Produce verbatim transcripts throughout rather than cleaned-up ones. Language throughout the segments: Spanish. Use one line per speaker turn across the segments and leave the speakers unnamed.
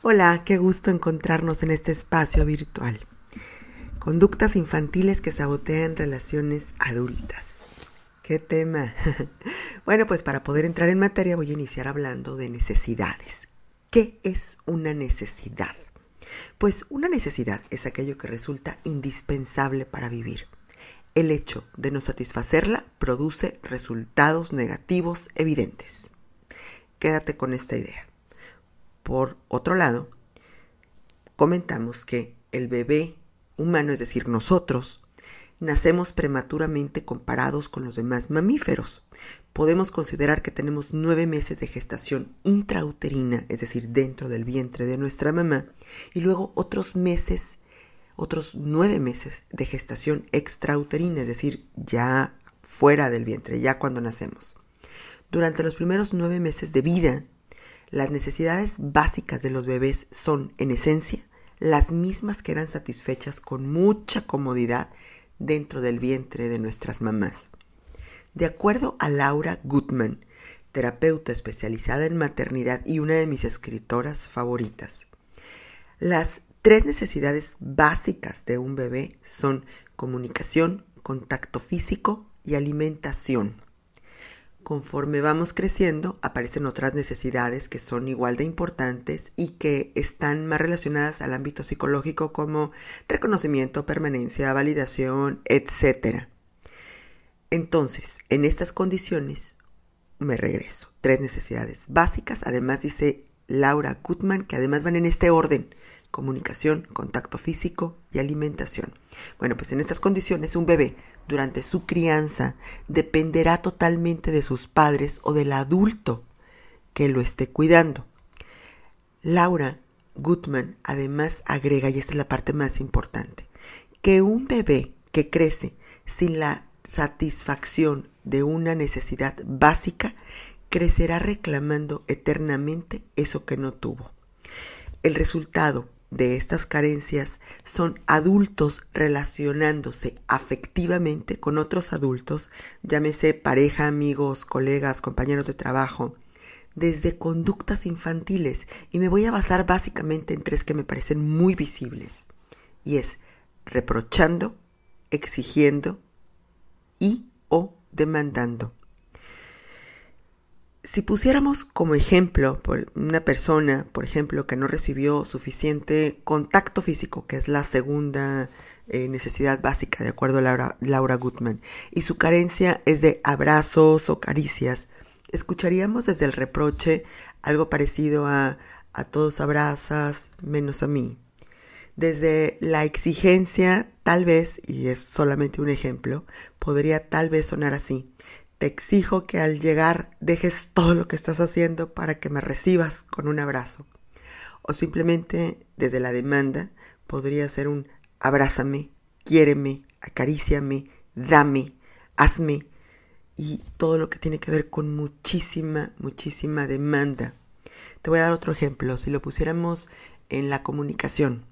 Hola, qué gusto encontrarnos en este espacio virtual. Conductas infantiles que sabotean relaciones adultas. ¿Qué tema? Bueno, pues para poder entrar en materia voy a iniciar hablando de necesidades. ¿Qué es una necesidad? Pues una necesidad es aquello que resulta indispensable para vivir. El hecho de no satisfacerla produce resultados negativos evidentes. Quédate con esta idea. Por otro lado, comentamos que el bebé humano, es decir, nosotros, nacemos prematuramente comparados con los demás mamíferos. Podemos considerar que tenemos nueve meses de gestación intrauterina, es decir, dentro del vientre de nuestra mamá, y luego otros meses, otros nueve meses de gestación extrauterina, es decir, ya fuera del vientre, ya cuando nacemos. Durante los primeros nueve meses de vida, las necesidades básicas de los bebés son, en esencia, las mismas que eran satisfechas con mucha comodidad dentro del vientre de nuestras mamás. De acuerdo a Laura Gutman, terapeuta especializada en maternidad y una de mis escritoras favoritas, las tres necesidades básicas de un bebé son comunicación, contacto físico y alimentación. Conforme vamos creciendo, aparecen otras necesidades que son igual de importantes y que están más relacionadas al ámbito psicológico como reconocimiento, permanencia, validación, etcétera. Entonces, en estas condiciones, me regreso. Tres necesidades básicas, además dice Laura Gutman, que además van en este orden: comunicación, contacto físico y alimentación. Bueno, pues en estas condiciones un bebé durante su crianza dependerá totalmente de sus padres o del adulto que lo esté cuidando. Laura Gutman además agrega, y esta es la parte más importante, que un bebé que crece sin la satisfacción de una necesidad básica crecerá reclamando eternamente eso que no tuvo. El resultado de estas carencias son adultos relacionándose afectivamente con otros adultos, llámese pareja, amigos, colegas, compañeros de trabajo, desde conductas infantiles, y me voy a basar básicamente en tres que me parecen muy visibles, y es reprochando, exigiendo y o demandando. Si pusiéramos como ejemplo por una persona, por ejemplo, que no recibió suficiente contacto físico, que es la segunda eh, necesidad básica de acuerdo a Laura, Laura Gutman, y su carencia es de abrazos o caricias, escucharíamos desde el reproche algo parecido a a todos abrazas menos a mí. Desde la exigencia, tal vez, y es solamente un ejemplo, podría tal vez sonar así: te exijo que al llegar dejes todo lo que estás haciendo para que me recibas con un abrazo. O simplemente desde la demanda podría ser un abrázame, quiéreme, acaríciame, dame, hazme, y todo lo que tiene que ver con muchísima, muchísima demanda. Te voy a dar otro ejemplo. Si lo pusiéramos en la comunicación,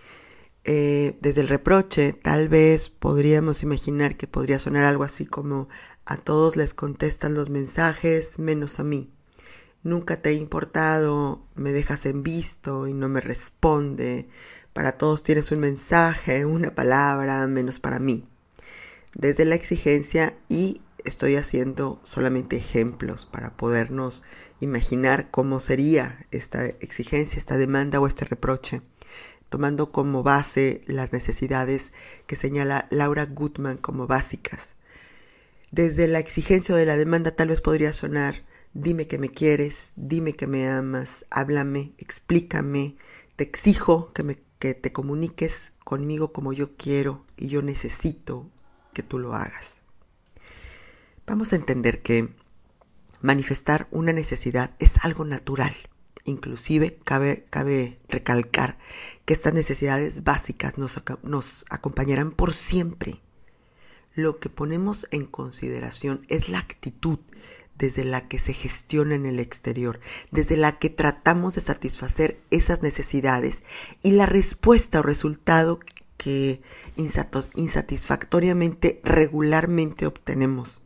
eh, desde el reproche, tal vez podríamos imaginar que podría sonar algo así como: a todos les contestan los mensajes menos a mí. Nunca te he importado, me dejas en visto y no me responde. Para todos tienes un mensaje, una palabra, menos para mí. Desde la exigencia, y estoy haciendo solamente ejemplos para podernos imaginar cómo sería esta exigencia, esta demanda o este reproche, tomando como base las necesidades que señala Laura Gutman como básicas. Desde la exigencia o de la demanda tal vez podría sonar: dime que me quieres, dime que me amas, háblame, explícame, te exijo que, me, que te comuniques conmigo como yo quiero y yo necesito que tú lo hagas. Vamos a entender que manifestar una necesidad es algo natural. Inclusive cabe, cabe recalcar que estas necesidades básicas nos, nos acompañarán por siempre. Lo que ponemos en consideración es la actitud desde la que se gestiona en el exterior, desde la que tratamos de satisfacer esas necesidades, y la respuesta o resultado que insatisfactoriamente regularmente obtenemos.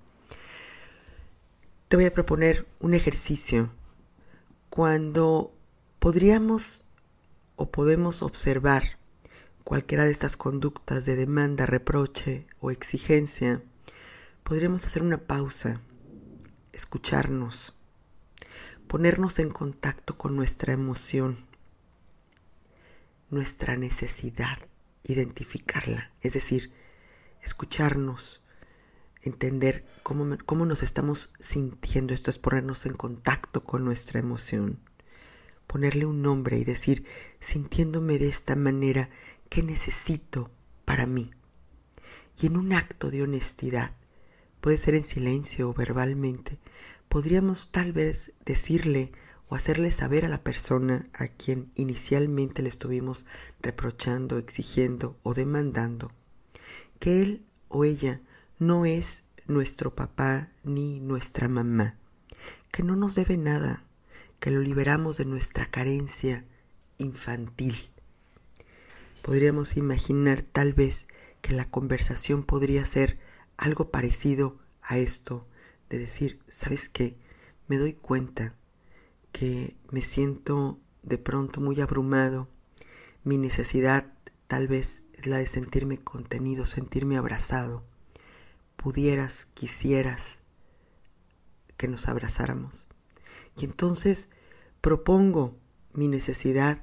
Te voy a proponer un ejercicio. Cuando podríamos o podemos observar cualquiera de estas conductas de demanda, reproche o exigencia, podríamos hacer una pausa, escucharnos, ponernos en contacto con nuestra emoción, nuestra necesidad, identificarla, es decir, escucharnos, entender cómo, cómo nos estamos sintiendo. Esto es ponernos en contacto con nuestra emoción, ponerle un nombre y decir, sintiéndome de esta manera, ¿qué necesito para mí? Y en un acto de honestidad, puede ser en silencio o verbalmente, podríamos tal vez decirle o hacerle saber a la persona a quien inicialmente le estuvimos reprochando, exigiendo o demandando, que él o ella no es nuestro papá ni nuestra mamá, que no nos debe nada, que lo liberamos de nuestra carencia infantil. Podríamos imaginar tal vez que la conversación podría ser algo parecido a esto, de decir, ¿sabes qué? Me doy cuenta que me siento de pronto muy abrumado. Mi necesidad tal vez es la de sentirme contenido, sentirme abrazado. Pudieras, quisieras que nos abrazáramos. Y entonces propongo mi necesidad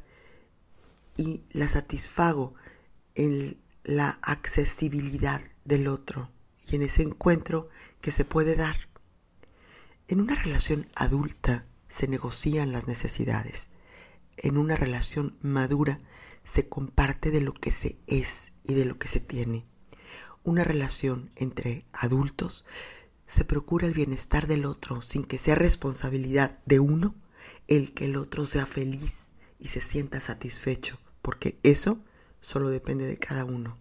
y la satisfago en la accesibilidad del otro y en ese encuentro que se puede dar. En una relación adulta se negocian las necesidades. En una relación madura se comparte de lo que se es y de lo que se tiene. Una relación entre adultos se procura el bienestar del otro sin que sea responsabilidad de uno el que el otro sea feliz y se sienta satisfecho, porque eso solo depende de cada uno.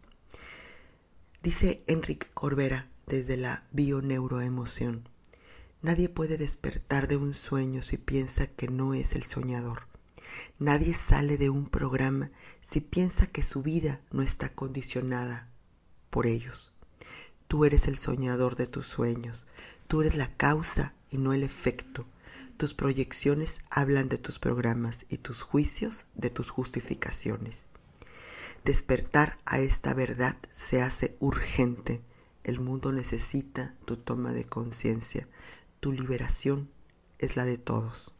Dice Enrique Corbera desde la bioneuroemoción: nadie puede despertar de un sueño si piensa que no es el soñador. Nadie sale de un programa si piensa que su vida no está condicionada por ellos. Tú eres el soñador de tus sueños. Tú eres la causa y no el efecto. Tus proyecciones hablan de tus programas y tus juicios de tus justificaciones. Despertar a esta verdad se hace urgente. El mundo necesita tu toma de conciencia. Tu liberación es la de todos.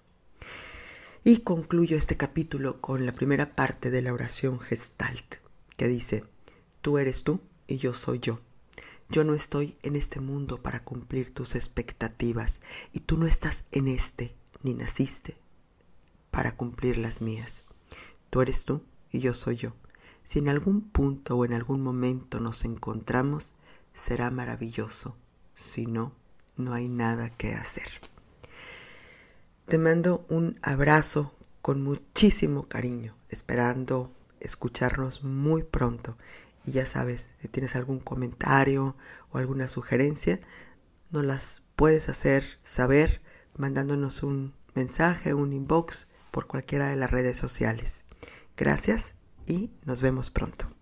Y concluyo este capítulo con la primera parte de la oración Gestalt, que dice: tú eres tú y yo soy yo. Yo no estoy en este mundo para cumplir tus expectativas y tú no estás en este, ni naciste para cumplir las mías. Tú eres tú y yo soy yo. Si en algún punto o en algún momento nos encontramos, será maravilloso. Si no, no hay nada que hacer. Te mando un abrazo con muchísimo cariño, esperando escucharnos muy pronto. Y ya sabes, si tienes algún comentario o alguna sugerencia, nos las puedes hacer saber mandándonos un mensaje, un inbox por cualquiera de las redes sociales. Gracias y nos vemos pronto.